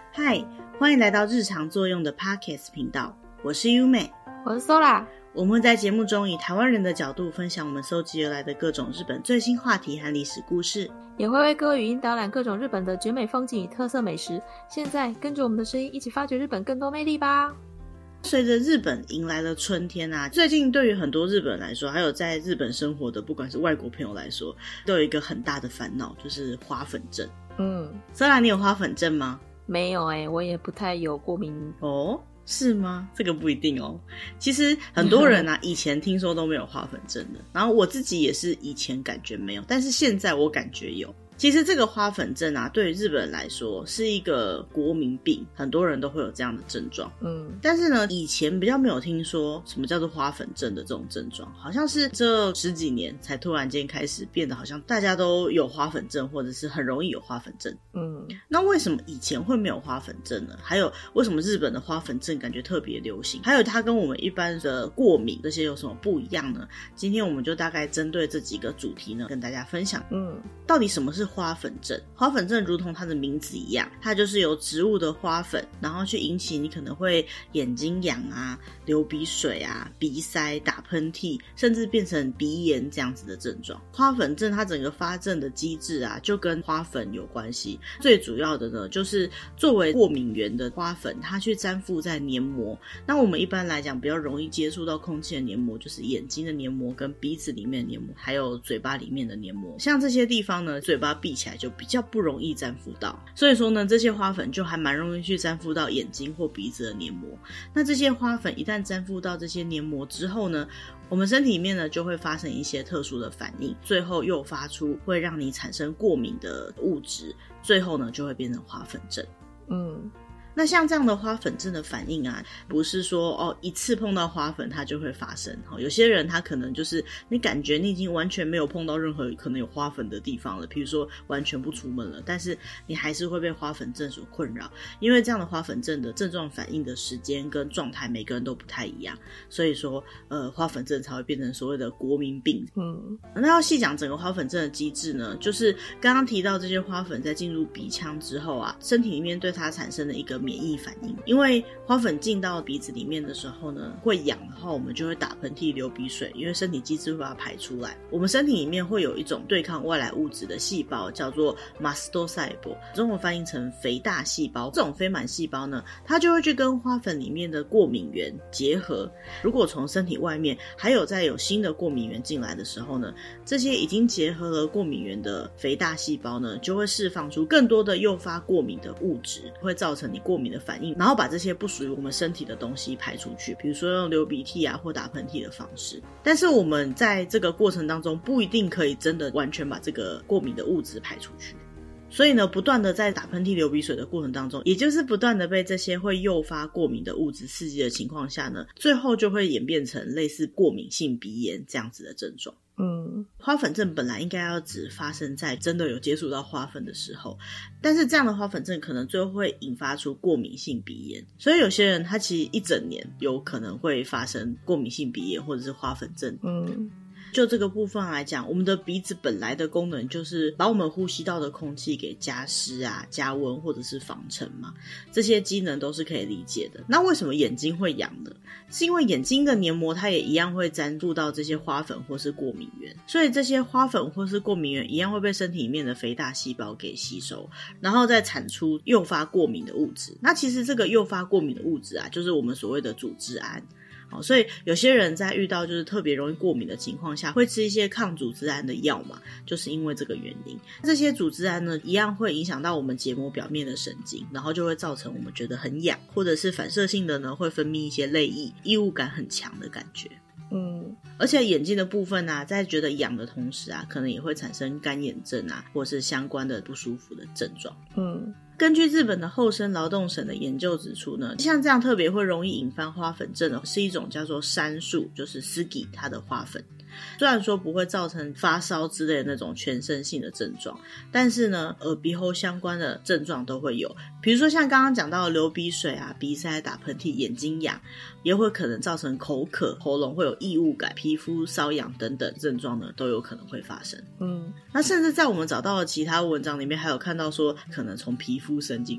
嗨，欢迎来到日常作用的 Podcast 频道，我是优美， 我是 Sola。 我们会在节目中以台湾人的角度分享我们搜集而来的各种日本最新话题和历史故事， 也会为各位语音导览各种日本的绝美风景与特色美食。现在跟着我们的声音一起发掘日本更多魅力吧。 随着日本迎来了春天啊，最近对于很多日本人来说，还有在日本生活的不管是外国朋友来说，都有一个很大的烦恼，就是花粉症。Sola，你有花粉症吗？ 没有我也不太有过敏。 哦，是吗？这个不一定哦。其实很多人啊以前听说都没有花粉症的，然后我自己也是以前感觉没有，但是现在我感觉有。其实这个花粉症啊，对于日本人来说是一个国民病，很多人都会有这样的症状。但是呢，以前比较没有听说什么叫做花粉症的这种症状，好像是这10几年才突然间开始变得好像大家都有花粉症，或者是很容易有花粉症。那为什么以前会没有花粉症呢？还有为什么日本的花粉症感觉特别流行？还有它跟我们一般的过敏这些有什么不一样呢？今天我们就大概针对这几个主题呢，跟大家分享。到底什么是花粉症？花粉症如同它的名字一样，它就是由植物的花粉，然后去引起你可能会眼睛痒啊、流鼻水啊、鼻塞、打喷嚏，甚至变成鼻炎这样子的症状。花粉症它整个发症的机制啊，就跟花粉有关系。最主要的呢，就是作为过敏源的花粉，它去粘附在黏膜。那我们一般来讲比较容易接触到空气的黏膜，就是眼睛的黏膜跟鼻子里面的黏膜，还有嘴巴里面的黏膜。像这些地方呢，嘴巴闭起来就比较不容易粘附到，所以说呢，这些花粉就还蛮容易去粘附到眼睛或鼻子的黏膜。那这些花粉一旦粘附到这些黏膜之后呢，我们身体里面呢就会发生一些特殊的反应，最后诱发出会让你产生过敏的物质，最后呢就会变成花粉症。那像这样的花粉症的反应啊，不是说一次碰到花粉它就会发生。有些人他可能就是你感觉你已经完全没有碰到任何可能有花粉的地方了，比如说完全不出门了，但是你还是会被花粉症所困扰。因为这样的花粉症的症状反应的时间跟状态每个人都不太一样，所以说花粉症才会变成所谓的国民病。那要细讲整个花粉症的机制呢，就是刚刚提到这些花粉在进入鼻腔之后啊，身体里面对它产生了一个免疫反应。因为花粉进到鼻子里面的时候呢，会痒的话我们就会打喷嚏流鼻水，因为身体机制会把它排出来。我们身体里面会有一种对抗外来物质的细胞叫做 mastocyte， 中文翻译成肥大细胞。这种非满细胞呢，它就会去跟花粉里面的过敏原结合。如果从身体外面还有再有新的过敏原进来的时候呢，这些已经结合了过敏原的肥大细胞呢，就会释放出更多的诱发过敏的物质，会造成你过敏的反应，然后把这些不属于我们身体的东西排出去，比如说用流鼻涕啊或打喷嚏的方式。但是我们在这个过程当中不一定可以真的完全把这个过敏的物质排出去，所以呢，不断的在打喷嚏流鼻水的过程当中，也就是不断的被这些会诱发过敏的物质刺激的情况下呢，最后就会演变成类似过敏性鼻炎这样子的症状。花粉症本来应该要只发生在真的有接触到花粉的时候，但是这样的花粉症可能最后会引发出过敏性鼻炎，所以有些人他其实一整年有可能会发生过敏性鼻炎或者是花粉症。就这个部分来讲，我们的鼻子本来的功能就是把我们呼吸到的空气给加湿啊、加温或者是防尘嘛，这些机能都是可以理解的。那为什么眼睛会痒呢？是因为眼睛的黏膜它也一样会粘附到这些花粉或是过敏原，所以这些花粉或是过敏原一样会被身体里面的肥大细胞给吸收，然后再产出诱发过敏的物质。那其实这个诱发过敏的物质啊，就是我们所谓的组织胺。所以有些人在遇到就是特别容易过敏的情况下，会吃一些抗组织胺的药嘛，就是因为这个原因。这些组织胺呢，一样会影响到我们结膜表面的神经，然后就会造成我们觉得很痒，或者是反射性的呢，会分泌一些泪液，异物感很强的感觉。而且眼睛的部分啊，在觉得痒的同时啊，可能也会产生干眼症啊，或是相关的不舒服的症状。根据日本的厚生劳动省的研究指出呢，像这样特别会容易引发花粉症的是一种叫做杉树，就是 Sugi 它的花粉。虽然说不会造成发烧之类的那种全身性的症状，但是呢耳鼻喉相关的症状都会有，比如说像刚刚讲到的流鼻水啊、鼻塞、打喷嚏、眼睛痒，也会可能造成口渴、喉咙会有异物感、皮肤瘙痒等等症状呢，都有可能会发生。那甚至在我们找到的其他文章里面还有看到说可能从皮肤伸进去，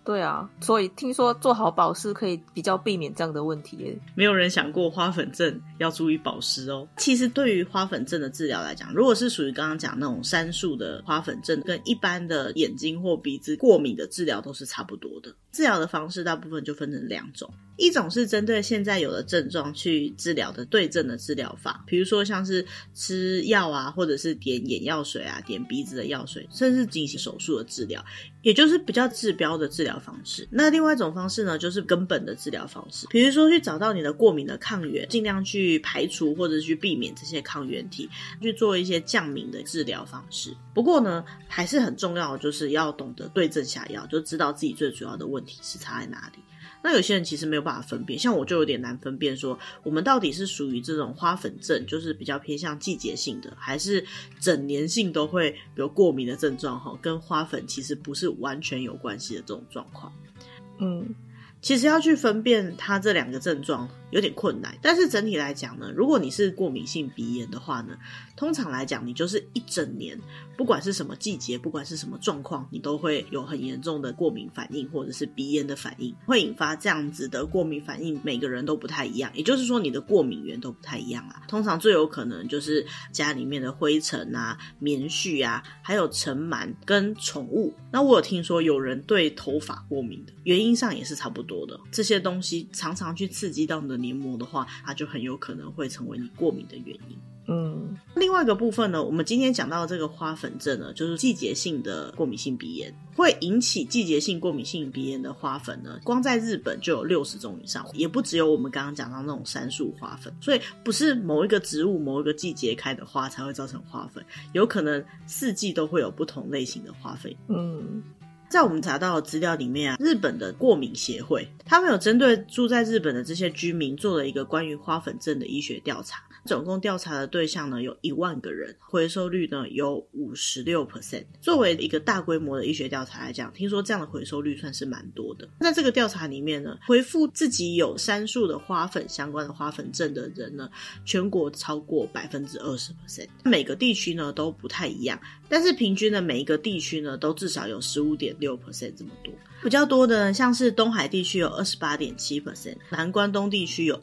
对啊，所以听说做好保湿可以比较避免这样的问题耶。 没有人想过花粉症要注意保湿哦。其实对于花粉症的治疗来讲，如果是属于刚刚讲那种杉树的花粉症，跟一般的眼睛或鼻子过敏的治疗都是差不多的。治疗的方式大部分就分成2种，一种是针对现在有的症状去治疗的对症的治疗法，比如说像是吃药啊，或者是点眼药水啊，点鼻子的药水，甚至进行手术的治疗，也就是比较治标的治疗方式。那另外一种方式呢，就是根本的治疗方式，比如说去找到你的过敏的抗原，尽量去排除或者去避免这些抗原体，去做一些降敏的治疗方式。不过呢，还是很重要的就是要懂得对症下药，就知道自己最主要的问题是差在哪里。那有些人其实没有办法分辨，像我就有点难分辨说我们到底是属于这种花粉症，就是比较偏向季节性的，还是整年性都会有过敏的症状，跟花粉其实不是完全有关系的这种状况。其实要去分辨它这2个症状有点困难，但是整体来讲呢，如果你是过敏性鼻炎的话呢，通常来讲你就是一整年，不管是什么季节，不管是什么状况，你都会有很严重的过敏反应或者是鼻炎的反应，会引发这样子的过敏反应，每个人都不太一样，也就是说你的过敏源都不太一样啦。通常最有可能就是家里面的灰尘啊、棉絮啊，还有尘螨跟宠物。那我有听说有人对头发过敏的，原因上也是差不多的，这些东西常常去刺激到你的黏膜的话，它就很有可能会成为你过敏的原因。另外一个部分呢，我们今天讲到的这个花粉症呢，就是季节性的过敏性鼻炎。会引起季节性过敏性鼻炎的花粉呢，光在日本就有60种以上，也不只有我们刚刚讲到那种杉树花粉，所以不是某一个植物某一个季节开的花才会造成花粉，有可能4季都会有不同类型的花粉。在我们查到的资料里面啊，日本的过敏协会他们有针对住在日本的这些居民做了一个关于花粉症的医学调查，总共调查的对象呢有1万个人，回收率呢有 56%。 作为一个大规模的医学调查来讲，听说这样的回收率算是蛮多的。在这个调查里面呢，回复自己有杉树的花粉相关的花粉症的人呢，全国超过 20%。 每个地区呢都不太一样，但是平均的每一个地区呢都至少有 15.6% 这么多。比较多的呢，像是东海地区有 28.7%， 南关东地区有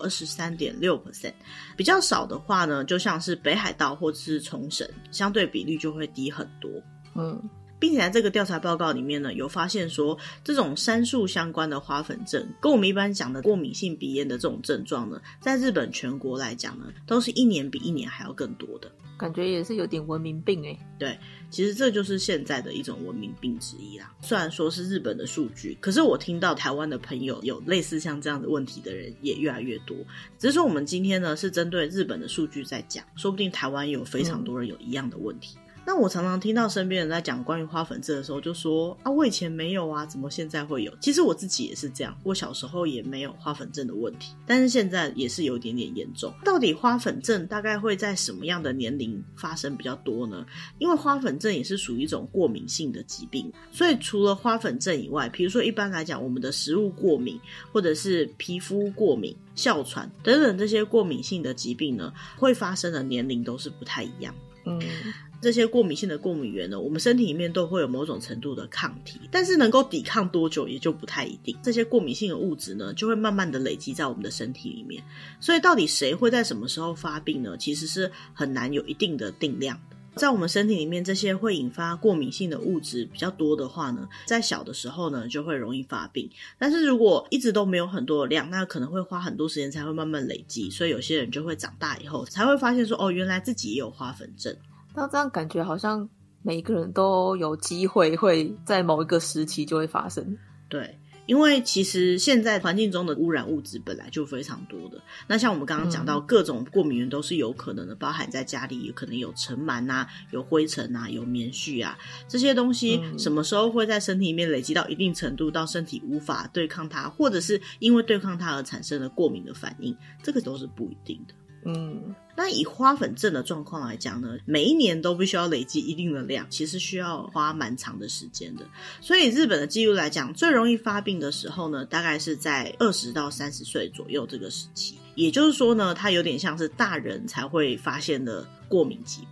23.6%。 比较少的话呢，就像是北海道或者是冲绳，相对比率就会低很多。并且在这个调查报告里面呢，有发现说这种杉树相关的花粉症跟我们一般讲的过敏性鼻炎的这种症状呢，在日本全国来讲呢，都是一年比一年还要更多的， 感觉也是有点文明病耶。 对，其实这就是现在的一种文明病之一啦。虽然说是日本的数据，可是我听到台湾的朋友有类似像这样的问题的人也越来越多，只是说我们今天呢是针对日本的数据在讲，说不定台湾有非常多人有一样的问题。那我常常听到身边人在讲关于花粉症的时候就说啊，我以前没有啊，怎么现在会有？其实我自己也是这样，我小时候也没有花粉症的问题，但是现在也是有点点严重。到底花粉症大概会在什么样的年龄发生比较多呢？因为花粉症也是属于一种过敏性的疾病，所以除了花粉症以外，比如说一般来讲我们的食物过敏或者是皮肤过敏、哮喘等等这些过敏性的疾病呢，会发生的年龄都是不太一样。这些过敏性的过敏源呢，我们身体里面都会有某种程度的抗体，但是能够抵抗多久也就不太一定。这些过敏性的物质呢，就会慢慢的累积在我们的身体里面，所以到底谁会在什么时候发病呢，其实是很难有一定的定量的。在我们身体里面，这些会引发过敏性的物质比较多的话呢，在小的时候呢就会容易发病，但是如果一直都没有很多的量，那可能会花很多时间才会慢慢累积，所以有些人就会长大以后才会发现说，哦，原来自己也有花粉症。 那这样感觉好像每一个人都有机会会在某一个时期就会发生。 对，因为其实现在环境中的污染物质本来就非常多的，那像我们刚刚讲到各种过敏源都是有可能的，包含在家里有可能有尘螨啊、有灰尘啊、有棉絮啊，这些东西什么时候会在身体里面累积到一定程度，到身体无法对抗它，或者是因为对抗它而产生的过敏的反应，这个都是不一定的。那以花粉症的状况来讲呢，每一年都必须要累积一定的量，其实需要花蛮长的时间的。所以日本的记录来讲，最容易发病的时候呢，大概是在20到30岁左右这个时期，也就是说呢，它有点像是大人才会发现的过敏疾病。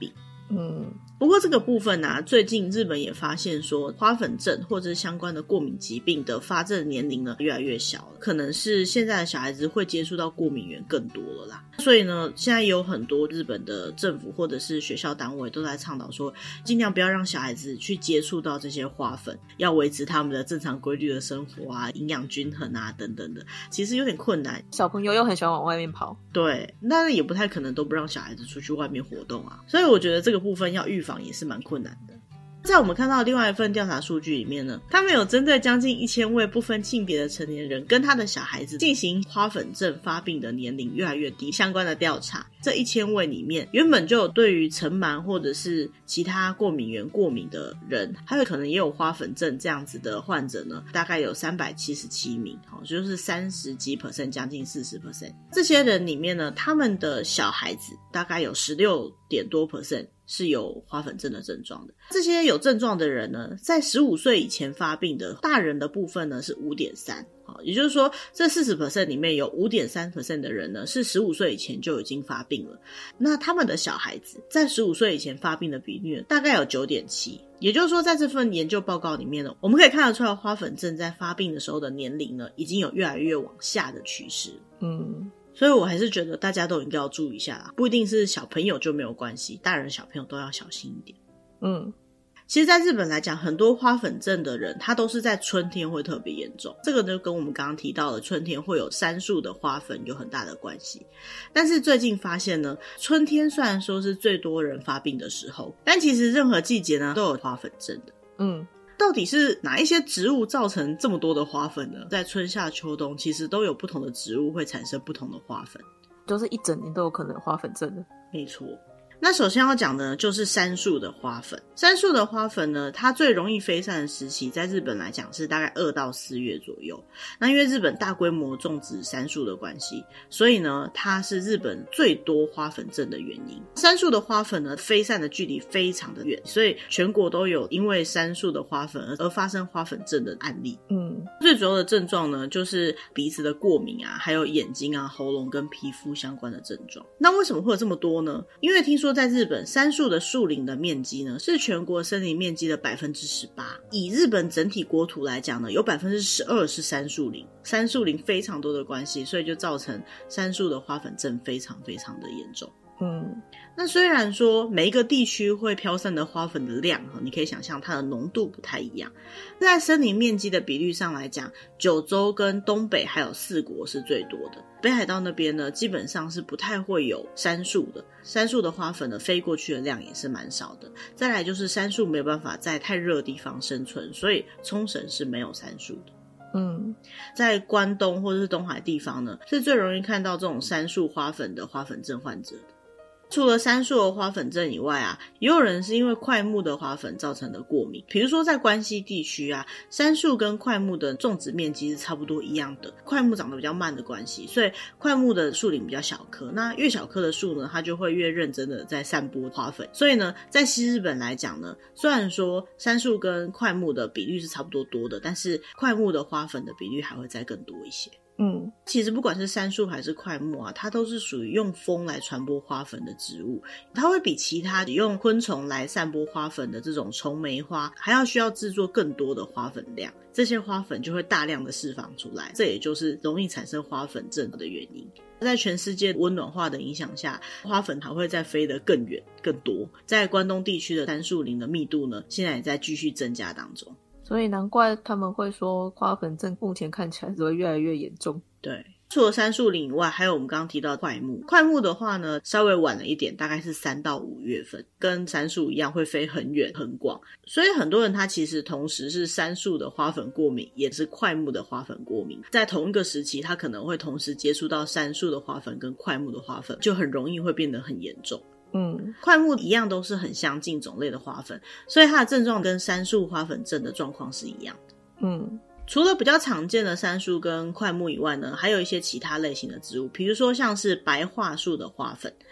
不过这个部分啊，最近日本也发现说花粉症或者是相关的过敏疾病的发症年龄呢越来越小了，可能是现在的小孩子会接触到过敏源更多了啦。所以呢，现在有很多日本的政府或者是学校单位都在倡导说，尽量不要让小孩子去接触到这些花粉，要维持他们的正常规律的生活啊，营养均衡啊等等的，其实有点困难。 小朋友又很喜欢往外面跑， 对，那也不太可能都不让小孩子出去外面活动啊，所以我觉得这个部分要预防也是蛮困难的。在我们看到另外一份调查数据里面呢，他们有针对将近1000位不分性别的成年人跟他的小孩子进行花粉症发病的年龄越来越低相关的调查。这1000位里面原本就有对于尘螨或者是其他过敏源过敏的人，还有可能也有花粉症这样子的患者呢，大概有377名，就是30几%，将近40%。这些人里面呢，他们的小孩子大概有16点多%是有花粉症的症状的。这些有症状的人呢，在15岁以前发病的大人的部分呢是 5.3%， 也就是说这 40% 里面有 5.3% 的人呢是15岁以前就已经发病了。那他们的小孩子在15岁以前发病的比率大概有 9.7%， 也就是说在这份研究报告里面呢，我们可以看得出来花粉症在发病的时候的年龄呢已经有越来越往下的趋势。所以我还是觉得大家都应该要注意一下啦，不一定是小朋友就没有关系，大人小朋友都要小心一点。其实在日本来讲，很多花粉症的人他都是在春天会特别严重，这个就跟我们刚刚提到的春天会有杉树的花粉有很大的关系。但是最近发现呢，春天虽然说是最多人发病的时候，但其实任何季节呢都有花粉症的。到底是哪一些植物造成这么多的花粉呢？在春夏秋冬其实都有不同的植物会产生不同的花粉， 就是一整年都有可能有花粉症的。 没错。那首先要讲的就是杉树的花粉。杉树的花粉呢，它最容易飞散的时期在日本来讲是大概2到4月左右。那因为日本大规模种植杉树的关系，所以呢它是日本最多花粉症的原因。杉树的花粉呢飞散的距离非常的远，所以全国都有因为杉树的花粉而发生花粉症的案例。最主要的症状呢就是鼻子的过敏啊，还有眼睛啊、喉咙跟皮肤相关的症状。那为什么会有这么多呢？因为听说在日本杉树的树林的面积呢是全国森林面积的 18%， 以日本整体国土来讲呢，有 12% 是杉树林，杉树林非常多的关系，所以就造成杉树的花粉症非常非常的严重。那虽然说每一个地区会飘散的花粉的量，你可以想象它的浓度不太一样。在森林面积的比率上来讲，九州跟东北还有四国是最多的。北海道那边呢，基本上是不太会有杉树的，杉树的花粉呢飞过去的量也是蛮少的。再来就是杉树没有办法在太热的地方生存，所以冲绳是没有杉树的。在关东或者是东海地方呢，是最容易看到这种杉树花粉的花粉症患者的。除了杉树的花粉症以外啊，也有人是因为檜木的花粉造成的过敏。比如说在关西地区啊，杉树跟檜木的种植面积是差不多一样的，檜木长得比较慢的关系，所以檜木的树林比较小棵，那越小棵的树呢，它就会越认真的在散播花粉。所以呢，在西日本来讲呢，虽然说杉树跟檜木的比率是差不多多的，但是檜木的花粉的比率还会再更多一些。其实不管是杉树还是檜木啊，它都是属于用风来传播花粉的植物，它会比其他用昆虫来散播花粉的这种虫媒花还要需要制作更多的花粉量，这些花粉就会大量的释放出来，这也就是容易产生花粉症的原因。在全世界温暖化的影响下，花粉还会再飞得更远更多。在关东地区的杉树林的密度呢，现在也在继续增加当中。 所以难怪他们会说花粉症目前看起来只会越来越严重。 对，除了杉树林以外，还有我们刚刚提到的檜木。檜木的话呢，稍微晚了一点，大概是3到5月份，跟杉树一样会飞很远很广。所以很多人他其实同时是杉树的花粉过敏，也是檜木的花粉过敏。在同一个时期，他可能会同时接触到杉树的花粉跟檜木的花粉，就很容易会变得很严重。檜木一样都是很相近种类的花粉，所以它的症状跟杉树花粉症的状况是一样的。除了比较常见的杉树跟檜木以外呢，还有一些其他类型的植物，比如说像是白桦树的花粉。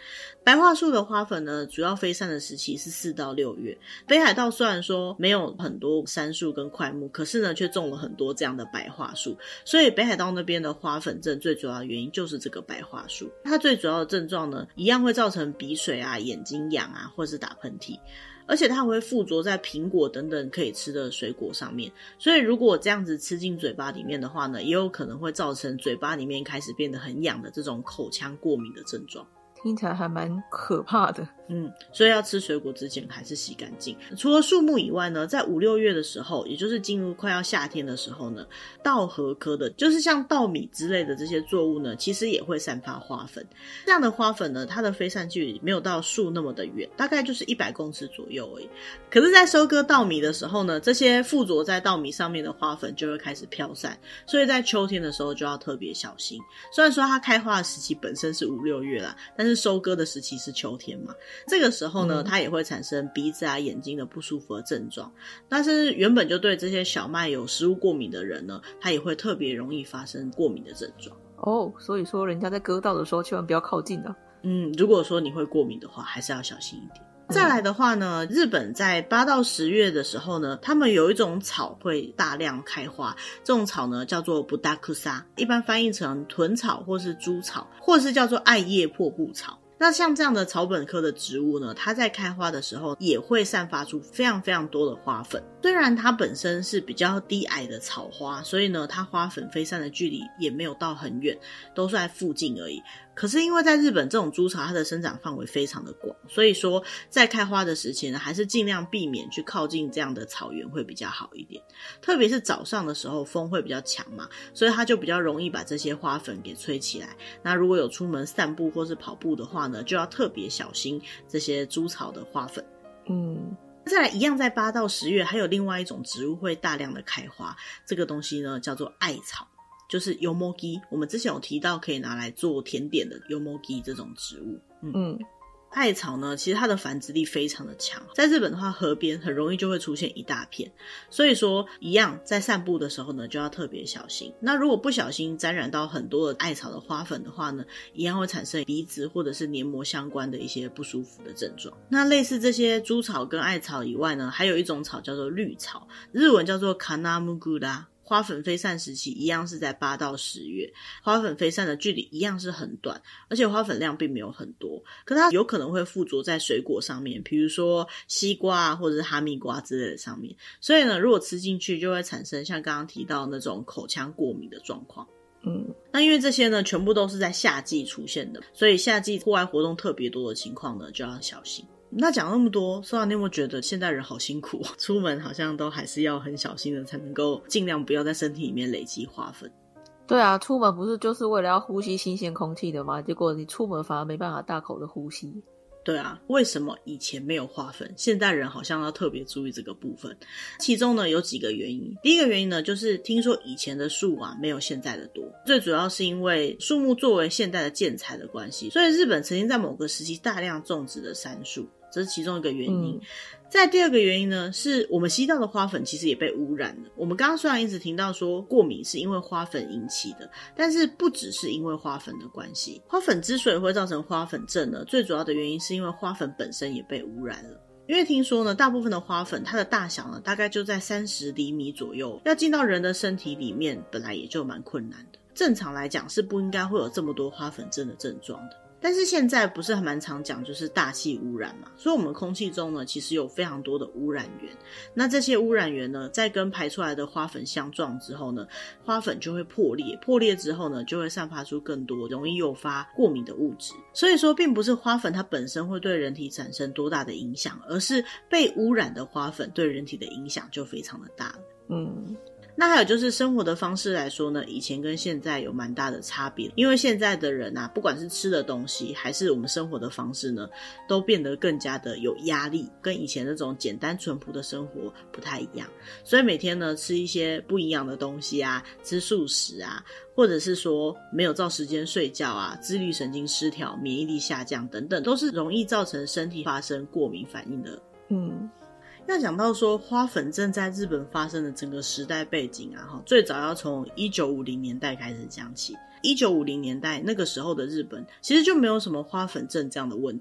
白桦树的花粉呢，主要飞散的时期是4到6月。北海道虽然说没有很多杉树跟檜木，可是呢却种了很多这样的白桦树，所以北海道那边的花粉症最主要的原因就是这个白桦树。它最主要的症状呢，一样会造成鼻水啊、眼睛痒啊，或是打喷嚏。而且它会附着在苹果等等可以吃的水果上面，所以如果这样子吃进嘴巴里面的话呢，也有可能会造成嘴巴里面开始变得很痒的这种口腔过敏的症状。 听起来还蛮可怕的。 所以要吃水果之前还是洗干净。除了树木以外呢，在5、6月的时候，也就是进入快要夏天的时候呢，稻禾科的就是像稻米之类的这些作物呢，其实也会散发花粉。这样的花粉呢，它的飞散距离没有到树那么的远，大概就是100公尺左右而已。可是在收割稻米的时候呢，这些附着在稻米上面的花粉就会开始飘散，所以在秋天的时候就要特别小心。虽然说它开花的时期本身是5、6月啦，但是收割的时期是秋天嘛，这个时候呢，它也会产生鼻子啊、眼睛的不舒服的症状。但是原本就对这些小麦有食物过敏的人呢，他也会特别容易发生过敏的症状。 所以说人家在割稻的时候千万不要靠近啊。 如果说你会过敏的话，还是要小心一点。再来的话呢，日本在8到10月的时候呢，他们有一种草会大量开花，这种草呢叫做ブダクサ，一般翻译成豚草或是猪草，或是叫做艾叶破布草。那像这样的草本科的植物呢，它在开花的时候也会散发出非常非常多的花粉。虽然它本身是比较低矮的草花，所以呢它花粉飞散的距离也没有到很远，都是在附近而已。可是因为在日本这种猪草它的生长范围非常的广，所以说在开花的时期呢，还是尽量避免去靠近这样的草原会比较好一点。特别是早上的时候风会比较强嘛，所以它就比较容易把这些花粉给吹起来。那如果有出门散步或是跑步的话呢，就要特别小心这些猪草的花粉。再来一样在8到10月还有另外一种植物会大量的开花，这个东西呢叫做艾草，就是ヨモギ，我们之前有提到可以拿来做甜点的ヨモギ这种植物。艾草呢，其实它的繁殖力非常的强，在日本的话河边很容易就会出现一大片，所以说一样在散步的时候呢就要特别小心。那如果不小心沾染到很多的艾草的花粉的话呢，一样会产生鼻子或者是黏膜相关的一些不舒服的症状。那类似这些猪草跟艾草以外呢，还有一种草叫做绿草，日文叫做カナムグラ，花粉飞散时期一样是在8到10月，花粉飞散的距离一样是很短，而且花粉量并没有很多，可它有可能会附着在水果上面，比如说西瓜啊或者是哈密瓜之类的上面，所以呢如果吃进去就会产生像刚刚提到那种口腔过敏的状况。那因为这些呢全部都是在夏季出现的，所以夏季户外活动特别多的情况呢就要小心。那讲那么多，虽然你有没有觉得现代人好辛苦，出门好像都还是要很小心的，才能够尽量不要在身体里面累积花粉。 对啊，出门不是就是为了要呼吸新鲜空气的吗？结果你出门反而没办法大口的呼吸。 对啊，为什么以前没有花粉，现代人好像要特别注意这个部分？其中呢有几个原因。第一个原因呢，就是听说以前的树啊没有现在的多，最主要是因为树木作为现代的建材的关系，所以日本曾经在某个时期大量种植的杉树，这是其中一个原因。再第二个原因呢，是我们吸到的花粉其实也被污染了。我们刚刚虽然一直听到说过敏是因为花粉引起的，但是不只是因为花粉的关系。花粉之所以会造成花粉症呢，最主要的原因是因为花粉本身也被污染了。因为听说呢，大部分的花粉它的大小呢大概就在30厘米左右，要进到人的身体里面本来也就蛮困难的。正常来讲是不应该会有这么多花粉症的症状的。但是现在不是还蛮常讲就是大气污染嘛，所以我们空气中呢其实有非常多的污染源。那这些污染源呢在跟排出来的花粉相撞之后呢，花粉就会破裂，破裂之后呢就会散发出更多容易诱发过敏的物质。所以说并不是花粉它本身会对人体产生多大的影响，而是被污染的花粉对人体的影响就非常的大了。那还有就是生活的方式来说呢，以前跟现在有蛮大的差别，因为现在的人啊，不管是吃的东西还是我们生活的方式呢，都变得更加的有压力，跟以前那种简单淳朴的生活不太一样。所以每天呢吃一些不一样的东西啊，吃素食啊，或者是说没有照时间睡觉啊，自律神经失调，免疫力下降等等，都是容易造成身体发生过敏反应的。要讲到说花粉症在日本发生的整个时代背景啊，最早要从1950年代开始讲起。1950年代那个时候的日本其实就没有什么花粉症这样的问题，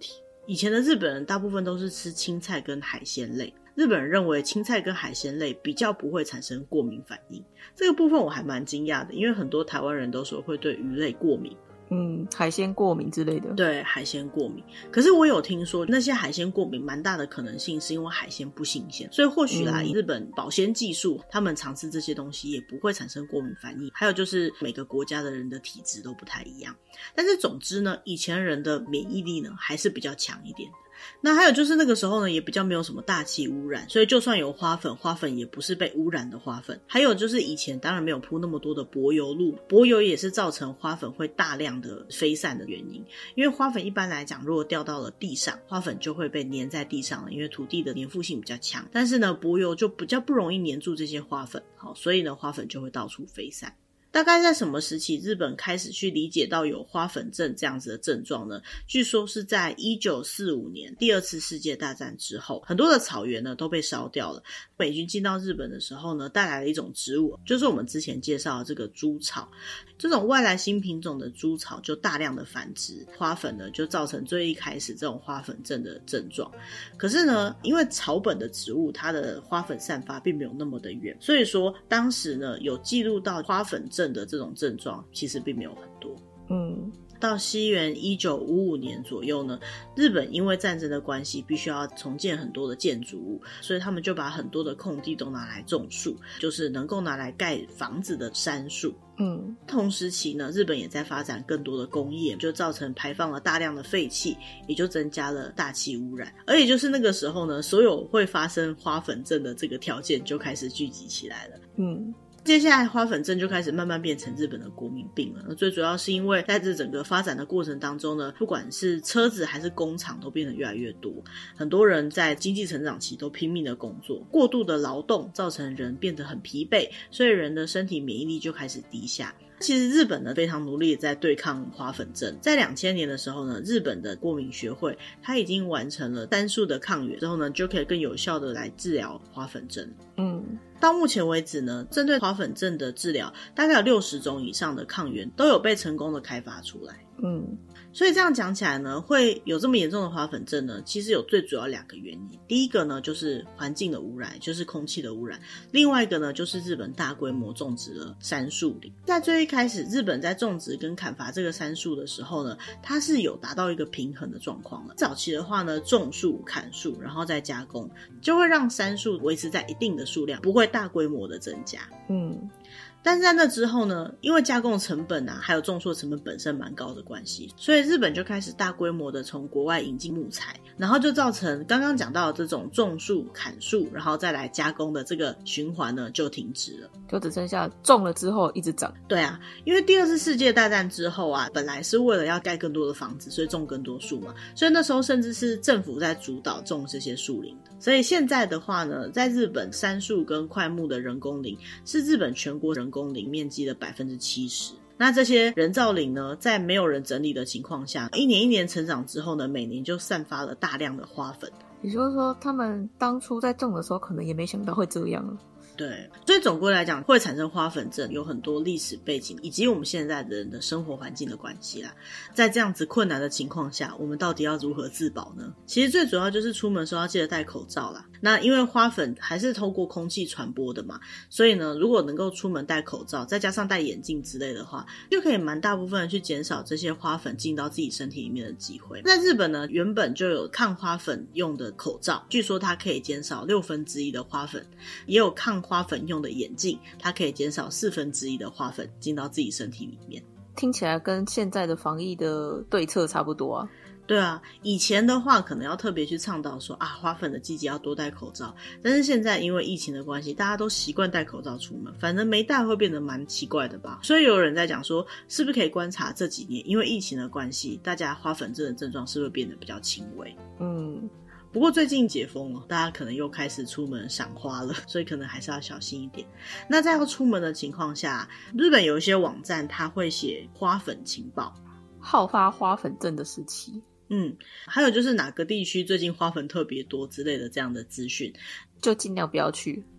以前的日本人大部分都是吃青菜跟海鲜类，日本人认为青菜跟海鲜类比较不会产生过敏反应，这个部分我还蛮惊讶的，因为很多台湾人都说会对鱼类过敏， 海鲜过敏之类的。 对，海鲜过敏。可是我有听说那些海鲜过敏蛮大的可能性是因为海鲜不新鲜，所以或许以日本保鲜技术，他们尝试这些东西也不会产生过敏反应。还有就是每个国家的人的体质都不太一样，但是总之呢，以前人的免疫力呢还是比较强一点的。那还有就是那个时候呢也比较没有什么大气污染，所以就算有花粉，花粉也不是被污染的花粉。还有就是以前当然没有铺那么多的柏油路，柏油也是造成花粉会大量的飞散的原因。因为花粉一般来讲如果掉到了地上，花粉就会被粘在地上了，因为土地的粘附性比较强，但是呢柏油就比较不容易粘住这些花粉，好，所以呢花粉就会到处飞散。大概在什么时期日本开始去理解到有花粉症这样子的症状呢？据说是在1945年第二次世界大战之后，很多的草原呢都被烧掉了。美军进到日本的时候呢，带来了一种植物，就是我们之前介绍的这个猪草。这种外来新品种的猪草就大量的繁殖，花粉呢就造成最一开始这种花粉症的症状。可是呢，因为草本的植物它的花粉散发并没有那么的远，所以说当时呢有记录到花粉症的这种症状其实并没有很多。到西元1955年左右呢，日本因为战争的关系必须要重建很多的建筑物，所以他们就把很多的空地都拿来种树，就是能够拿来盖房子的杉树。同时期呢，日本也在发展更多的工业，就造成排放了大量的废气，也就增加了大气污染。而也就是那个时候呢，所有会发生花粉症的这个条件就开始聚集起来了。接下来花粉症就开始慢慢变成日本的国民病了。那最主要是因为在这整个发展的过程当中呢，不管是车子还是工厂都变得越来越多，很多人在经济成长期都拼命的工作，过度的劳动造成人变得很疲惫，所以人的身体免疫力就开始低下。其实日本呢非常努力在对抗花粉症，在2000年的时候呢，日本的过敏学会它已经完成了单数的抗原之后呢，就可以更有效的来治疗花粉症。到目前为止呢，针对花粉症的治疗大概有60种以上的抗原都有被成功的开发出来。所以这样讲起来呢，会有这么严重的花粉症呢，其实有最主要2个原因。第一个呢就是环境的污染，就是空气的污染，另外一个呢就是日本大规模种植了杉树林。在最一开始日本在种植跟砍伐这个杉树的时候呢，它是有达到一个平衡的状况了。早期的话呢，种树砍树然后再加工，就会让杉树维持在一定的数量，不会大规模的增加。但是在那之后呢，因为加工成本还有种树成本本身蛮高的关系，所以日本就开始大规模的从国外引进木材，然后就造成刚刚讲到的这种种树砍树然后再来加工的这个循环呢就停止了， 就只剩下种了之后一直长。 对啊，因为第二次世界大战之后本来是为了要盖更多的房子，所以种更多树嘛，所以那时候甚至是政府在主导种这些树林的。所以现在的话呢，在日本杉树跟檜木的人工林是日本全国人工林面积的 70%。那这些人造林呢，在没有人整理的情况下，一年一年成长之后呢，每年就散发了大量的花粉。 也就是说他们当初在种的时候可能也没想到会这样了。 对，所以总归来讲，会产生花粉症有很多历史背景以及我们现在的人的生活环境的关系啦。在这样子困难的情况下，我们到底要如何自保呢？其实最主要就是出门的时候要记得戴口罩啦。那因为花粉还是透过空气传播的嘛，所以呢，如果能够出门戴口罩，再加上戴眼镜之类的话，就可以蛮大部分的去减少这些花粉进到自己身体里面的机会。在日本呢，原本就有抗花粉用的口罩，据说它可以减少1/6的花粉，也有抗花粉用的眼镜，它可以减少1/4的花粉进到自己身体里面。 听起来跟现在的防疫的对策差不多啊。 对啊，以前的话可能要特别去倡导说花粉的季节要多戴口罩，但是现在因为疫情的关系，大家都习惯戴口罩出门，反正没戴会变得蛮奇怪的吧。所以有人在讲说，是不是可以观察这几年因为疫情的关系，大家花粉症的症状是不是变得比较轻微。不过最近解封了，大家可能又开始出门赏花了，所以可能还是要小心一点。那在要出门的情况下，日本有一些网站它会写花粉情报， 好发花粉症的时期。 还有就是哪个地区最近花粉特别多之类的这样的资讯， 就尽量不要去。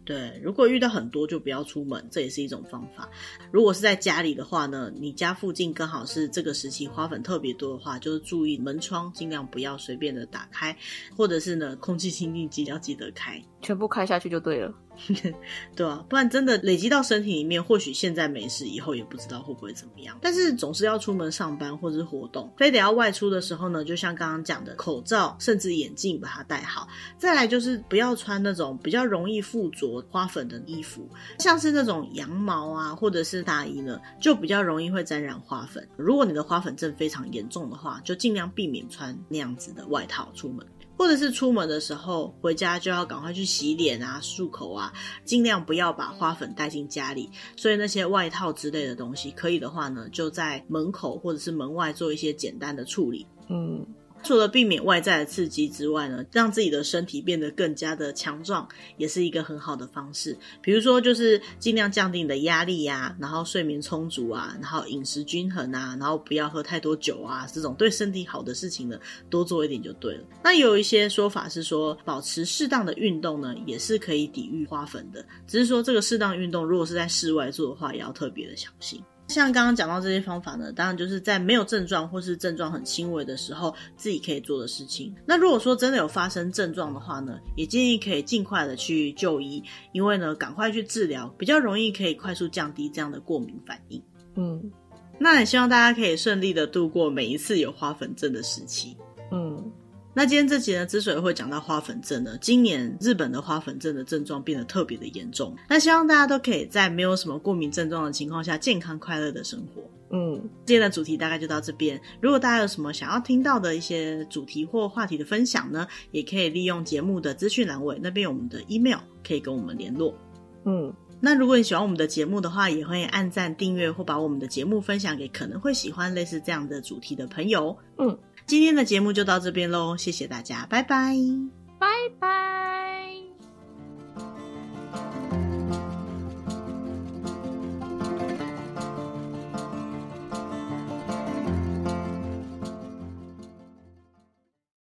对，如果遇到很多就不要出门，这也是一种方法。如果是在家里的话呢，你家附近刚好是这个时期花粉特别多的话，就是注意门窗尽量不要随便的打开，或者是呢空气清净机要记得开， 全部开下去就对了。 对啊，不然真的累积到身体里面，或许现在没事，以后也不知道会不会怎么样。但是总是要出门上班或者是活动，非得要外出的时候呢，就像刚刚讲的，口罩甚至眼镜把它戴好。再来就是不要穿那种比较容易附着花粉的衣服，像是那种羊毛啊或者是大衣呢，就比较容易会沾染花粉。如果你的花粉症非常严重的话，就尽量避免穿那样子的外套出门。或者是出门的时候回家就要赶快去洗脸啊漱口啊，尽量不要把花粉带进家里。所以那些外套之类的东西可以的话呢，就在门口或者是门外做一些简单的处理。除了避免外在的刺激之外呢，让自己的身体变得更加的强壮也是一个很好的方式。比如说就是尽量降低你的压力啊，然后睡眠充足啊，然后饮食均衡啊，然后不要喝太多酒啊，这种对身体好的事情呢多做一点就对了。那有一些说法是说保持适当的运动呢也是可以抵御花粉的，只是说这个适当运动如果是在室外做的话也要特别的小心。像刚刚讲到这些方法呢，当然就是在没有症状或是症状很轻微的时候自己可以做的事情。那如果说真的有发生症状的话呢，也建议可以尽快的去就医，因为呢赶快去治疗比较容易可以快速降低这样的过敏反应。那也希望大家可以顺利的度过每一次有花粉症的时期。那今天这集呢，之所以会讲到花粉症呢，今年日本的花粉症的症状变得特别的严重。那希望大家都可以在没有什么过敏症状的情况下，健康快乐的生活。今天的主题大概就到这边。如果大家有什么想要听到的一些主题或话题的分享呢，也可以利用节目的资讯栏位，那边有我们的 email 可以跟我们联络。那如果你喜欢我们的节目的话，也欢迎按赞订阅或把我们的节目分享给可能会喜欢类似这样的主题的朋友。今天的节目就到这边咯，谢谢大家，拜拜。 拜拜。